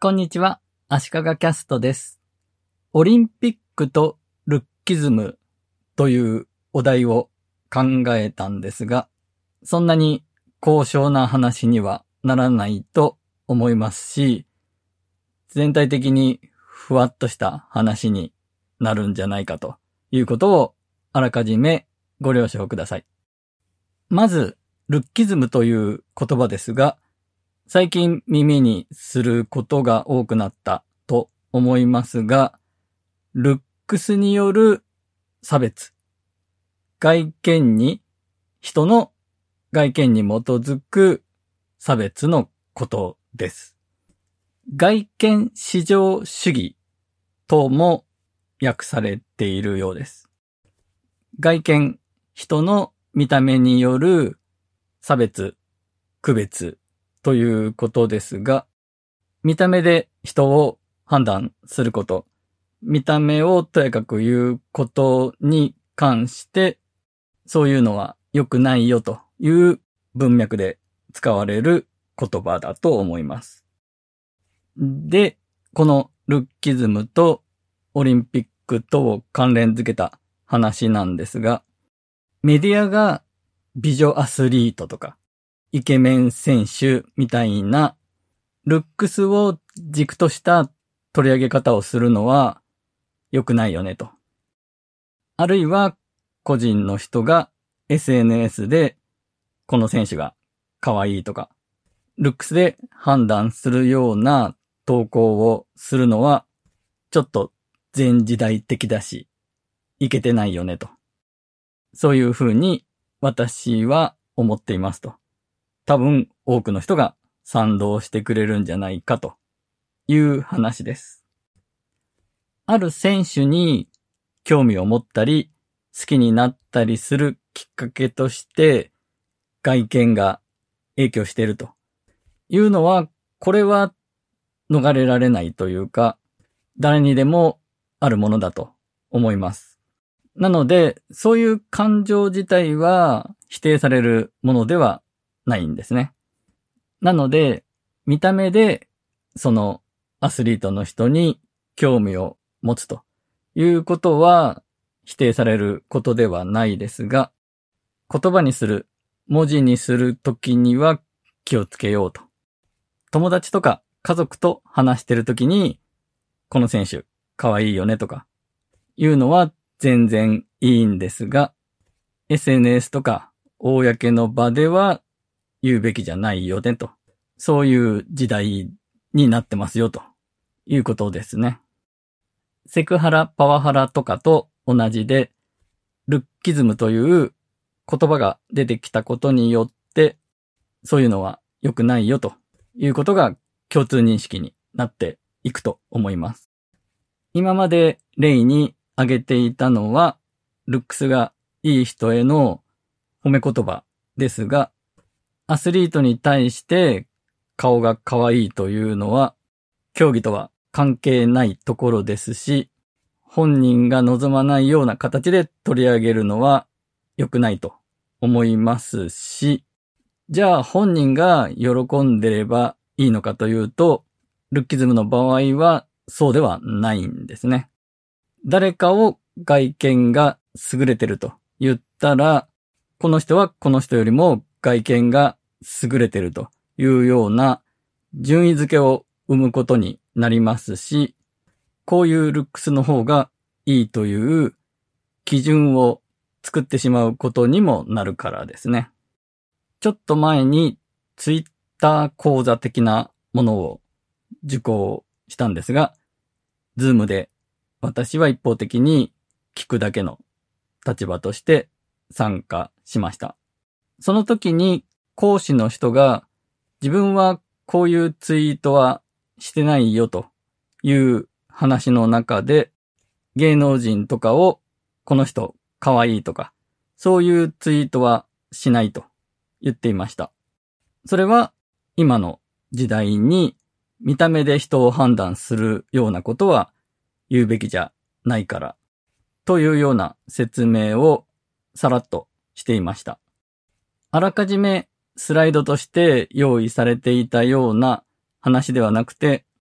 こんにちは、足利キャストです。オリンピックとルッキズムというお題を考えたんですが、そんなに高尚な話にはならないと思いますし、全体的にふわっとした話になるんじゃないかということをあらかじめご了承ください。まず、ルッキズムという言葉ですが、最近耳にすることが多くなったと思いますが、ルックスによる差別。人の外見に基づく差別のことです。外見至上主義とも訳されているようです。外見、人の見た目による差別、区別ということですが、見た目で人を判断すること、見た目をとやかく言うことに関して、そういうのは良くないよという文脈で使われる言葉だと思います。で、このルッキズムとオリンピックとを関連づけた話なんですが、メディアが美女アスリートとか、イケメン選手みたいなルックスを軸とした取り上げ方をするのは良くないよねと。あるいは個人の人が SNS でこの選手が可愛いとか、ルックスで判断するような投稿をするのはちょっと前時代的だし、いけてないよねと。そういうふうに私は思っていますと。多分多くの人が賛同してくれるんじゃないかという話です。ある選手に興味を持ったり好きになったりするきっかけとして外見が影響しているというのは、これは逃れられないというか、誰にでもあるものだと思います。なので、そういう感情自体は否定されるものではないんですね。なので、見た目でそのアスリートの人に興味を持つということは否定されることではないですが、言葉にする、文字にするときには気をつけようと。友達とか家族と話してるときに、この選手可愛いよねとかいうのは全然いいんですが、SNS とか公の場では言うべきじゃないよねと。そういう時代になってますよということですね。セクハラ、パワハラとかと同じで、ルッキズムという言葉が出てきたことによって、そういうのは良くないよということが共通認識になっていくと思います。今まで例に挙げていたのは、ルックスがいい人への褒め言葉ですが、アスリートに対して顔が可愛いというのは競技とは関係ないところですし、本人が望まないような形で取り上げるのは良くないと思いますし、じゃあ本人が喜んでればいいのかというと、ルッキズムの場合はそうではないんですね。誰かを外見が優れてると言ったら、この人はこの人よりも外見が優れてるというような順位付けを生むことになりますし、こういうルックスの方がいいという基準を作ってしまうことにもなるからですね。ちょっと前にツイッター講座的なものを受講したんですが、ズームで私は一方的に聞くだけの立場として参加しました。その時に講師の人が自分はこういうツイートはしてないよという話の中で芸能人とかをこの人可愛いとかそういうツイートはしないと言っていました。それは今の時代に見た目で人を判断するようなことは言うべきじゃないからというような説明をさらっとしていました。あらかじめスライドとして用意されていたような話ではなくて、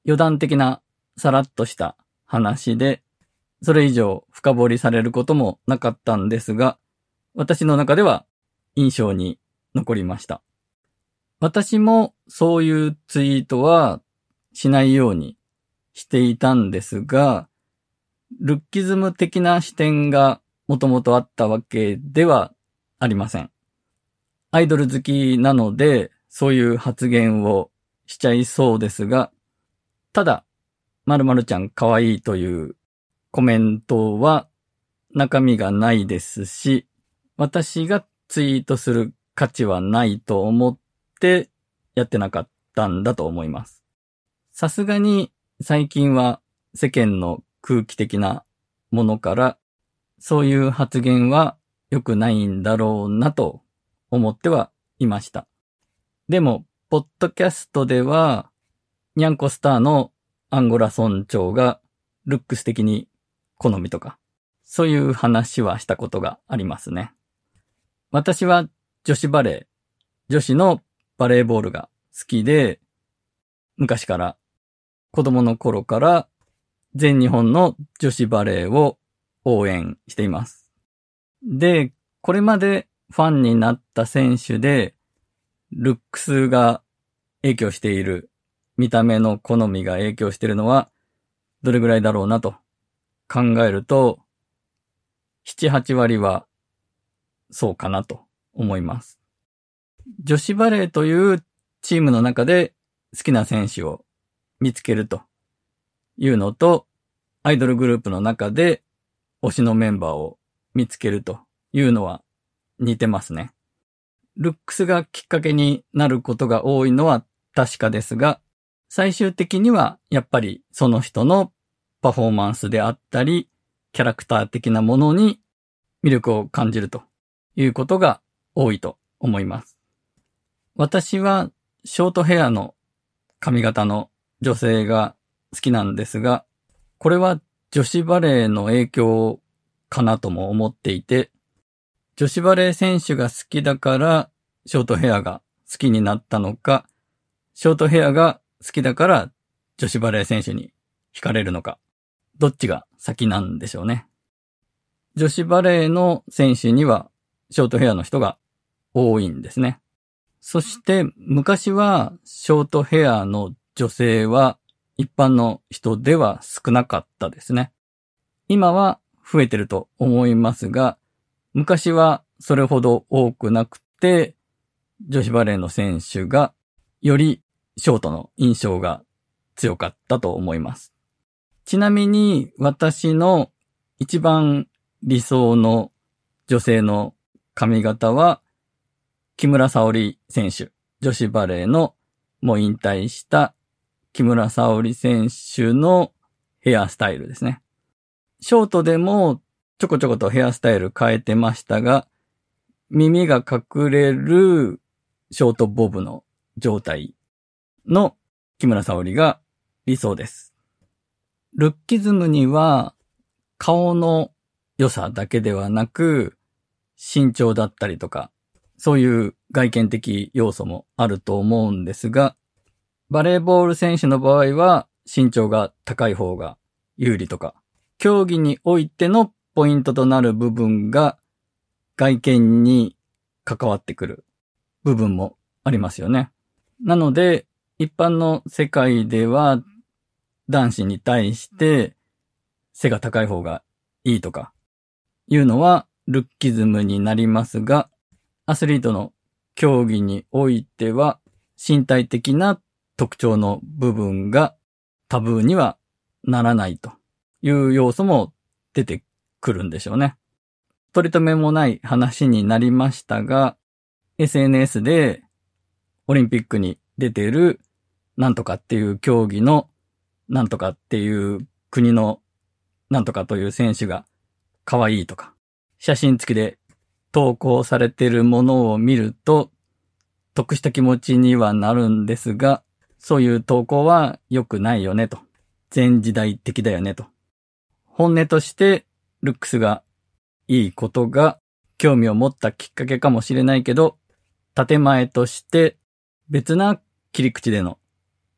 余談的なさらっとした話で、それ以上深掘りされることもなかったんですが、私の中では印象に残りました。私もそういうツイートはしないようにしていたんですが、ルッキズム的な視点がもともとあったわけではありません。アイドル好きなので、そういう発言をしちゃいそうですが、ただ、〇〇ちゃん可愛いというコメントは中身がないですし、私がツイートする価値はないと思ってやってなかったんだと思います。さすがに最近は世間の空気的なものからそういう発言は良くないんだろうなと思ってはいました。でも、ポッドキャストではニャンコスターのアンゴラ村長がルックス的に好みとか、そういう話はしたことがありますね。私は女子バレー、女子のバレーボールが好きで、昔から子供の頃から全日本の女子バレーを応援しています。で、これまでファンになった選手で、ルックスが影響している、見た目の好みが影響しているのはどれぐらいだろうなと考えると、7、8割はそうかなと思います。女子バレーというチームの中で好きな選手を見つけるというのと、アイドルグループの中で推しのメンバーを見つけるというのは似てますね。ルックスがきっかけになることが多いのは確かですが、最終的にはやっぱりその人のパフォーマンスであったり、キャラクター的なものに魅力を感じるということが多いと思います。私はショートヘアの髪型の女性が好きなんですが、これは女子バレーの影響かなとも思っていて、女子バレー選手が好きだからショートヘアが好きになったのか、ショートヘアが好きだから女子バレー選手に惹かれるのか、どっちが先なんでしょうね。女子バレーの選手にはショートヘアの人が多いんですね。そして昔はショートヘアの女性は一般の人では少なかったですね。今は増えてると思いますが、昔はそれほど多くなくて、女子バレーの選手がよりショートの印象が強かったと思います。ちなみに私の一番理想の女性の髪型は木村沙織選手、女子バレーのもう引退した木村沙織選手のヘアスタイルですね。ショートでもちょこちょことヘアスタイル変えてましたが、耳が隠れるショートボブの状態の木村沙織が理想です。ルッキズムには顔の良さだけではなく、身長だったりとか、そういう外見的要素もあると思うんですが、バレーボール選手の場合は身長が高い方が有利とか、競技においてのポイントとなる部分が外見に関わってくる部分もありますよね。なので、一般の世界では男子に対して背が高い方がいいとかいうのはルッキズムになりますが、アスリートの競技においては身体的な特徴の部分がタブーにはならないという要素も出てくるんでしょうね。取り留めもない話になりましたが、SNS でオリンピックに出ているなんとかっていう競技のなんとかっていう国のなんとかという選手が可愛いとか、写真付きで投稿されているものを見ると得した気持ちにはなるんですが、そういう投稿は良くないよねと。前時代的だよねと。本音としてルックスがいいことが興味を持ったきっかけかもしれないけど、建前として別な切り口での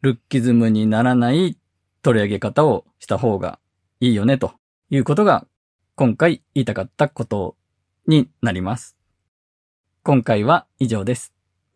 ルッキズムにならない取り上げ方をした方がいいよねということが今回言いたかったことになります。今回は以上です。